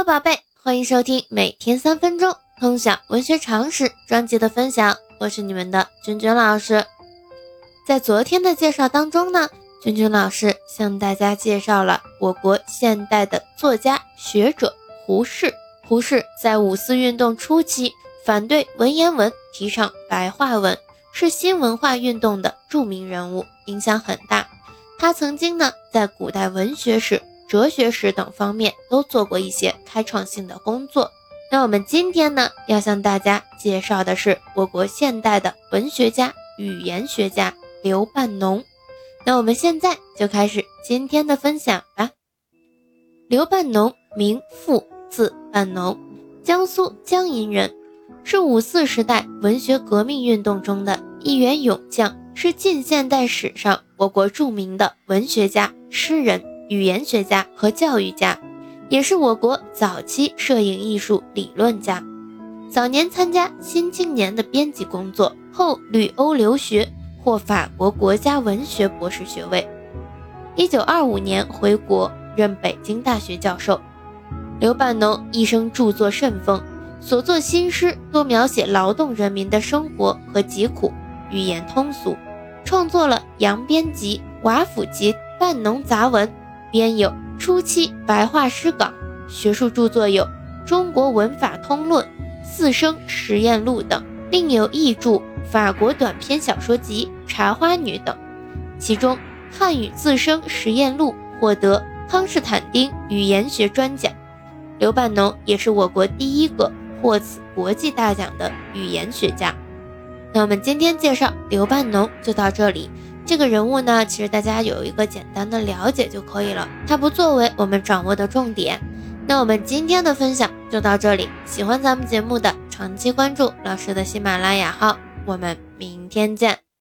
宝贝，欢迎收听每天3分钟通晓文学常识专辑的分享，我是你们的君君老师。在昨天的介绍当中呢，君君老师向大家介绍了我国现代的作家学者胡适。胡适在五四运动初期反对文言文，提倡白话文，是新文化运动的著名人物，影响很大。他曾经呢在古代文学史、哲学史等方面都做过一些开创性的工作。那我们今天呢要向大家介绍的是我国现代的文学家、语言学家刘半农。那我们现在就开始今天的分享吧。刘半农名复，字半农，江苏江阴人，是五四时代文学革命运动中的一员勇将，是近现代史上我国著名的文学家、诗人、语言学家和教育家，也是我国早期摄影艺术理论家。早年参加《新青年》的编辑工作，后旅欧留学，获法国国家文学博士学位。1925年回国，任北京大学教授。刘半农一生著作甚丰，所作新诗多描写劳动人民的生活和疾苦，语言通俗，创作了《扬鞭集》《瓦府集》《半农杂文》，编有《初期白话诗稿》，学术著作有《中国文法通论》《四声实验录》等，另有译著《法国短篇小说集》《茶花女》等。其中《汉语自声实验录》获得康士坦丁语言学专奖。刘半农也是我国第一个获此国际大奖的语言学家。那我们今天介绍刘半农就到这里。这个人物呢，其实大家有一个简单的了解就可以了，它不作为我们掌握的重点。那我们今天的分享就到这里，喜欢咱们节目的长期关注老师的喜马拉雅号，我们明天见。